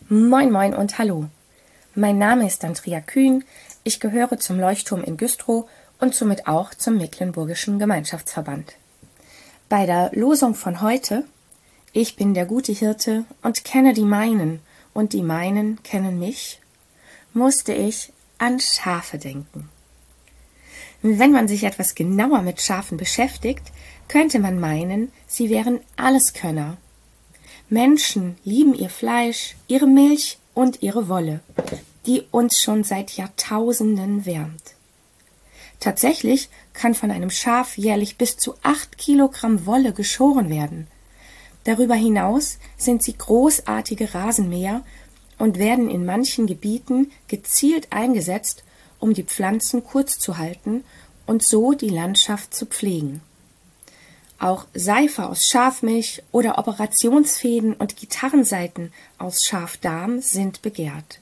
Moin moin und hallo. Mein Name ist Andrea Kühn, ich gehöre zum Leuchtturm in Güstrow und somit auch zum Mecklenburgischen Gemeinschaftsverband. Bei der Losung von heute: Ich bin der gute Hirte und kenne die meinen, und die meinen kennen mich, musste ich an Schafe denken. Wenn man sich etwas genauer mit Schafen beschäftigt, könnte man meinen, sie wären Alleskönner. Menschen lieben ihr Fleisch, ihre Milch und ihre Wolle, die uns schon seit Jahrtausenden wärmt. Tatsächlich kann von einem Schaf jährlich bis zu 8 Kilogramm Wolle geschoren werden. Darüber hinaus sind sie großartige Rasenmäher und werden in manchen Gebieten gezielt eingesetzt, um die Pflanzen kurz zu halten und so die Landschaft zu pflegen. Auch Seife aus Schafmilch oder Operationsfäden und Gitarrensaiten aus Schafdarm sind begehrt.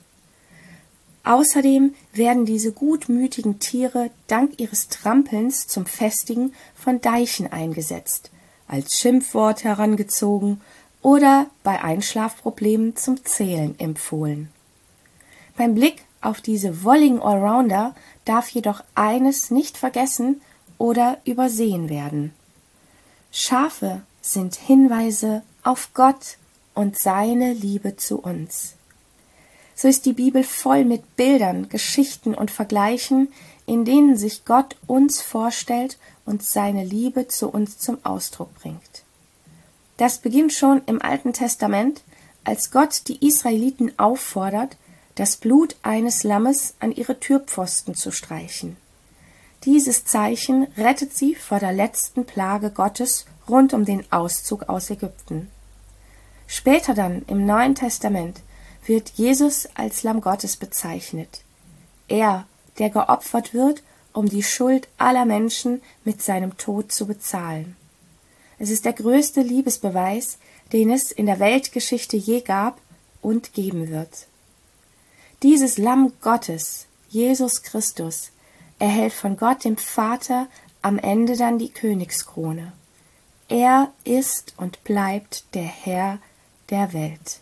Außerdem werden diese gutmütigen Tiere dank ihres Trampelns zum Festigen von Deichen eingesetzt, als Schimpfwort herangezogen oder bei Einschlafproblemen zum Zählen empfohlen. Beim Blick auf diese wolligen Allrounder darf jedoch eines nicht vergessen oder übersehen werden: Schafe sind Hinweise auf Gott und seine Liebe zu uns. So ist die Bibel voll mit Bildern, Geschichten und Vergleichen, in denen sich Gott uns vorstellt und seine Liebe zu uns zum Ausdruck bringt. Das beginnt schon im Alten Testament, als Gott die Israeliten auffordert, das Blut eines Lammes an ihre Türpfosten zu streichen. Dieses Zeichen rettet sie vor der letzten Plage Gottes rund um den Auszug aus Ägypten. Später dann im Neuen Testament wird Jesus als Lamm Gottes bezeichnet. Er, der geopfert wird, um die Schuld aller Menschen mit seinem Tod zu bezahlen. Es ist der größte Liebesbeweis, den es in der Weltgeschichte je gab und geben wird. Dieses Lamm Gottes, Jesus Christus, erhält von Gott dem Vater am Ende dann die Königskrone. Er ist und bleibt der Herr der Welt.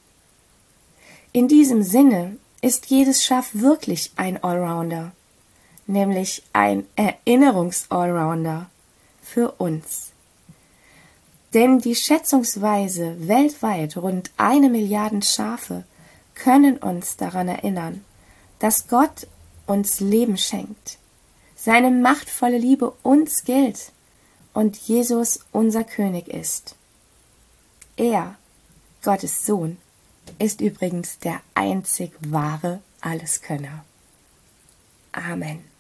In diesem Sinne ist jedes Schaf wirklich ein Allrounder, nämlich ein Erinnerungs-Allrounder für uns. Denn die schätzungsweise weltweit rund 1 Milliarde Schafe können uns daran erinnern, dass Gott uns Leben schenkt, seine machtvolle Liebe uns gilt und Jesus unser König ist. Er, Gottes Sohn, ist übrigens der einzig wahre Alleskönner. Amen.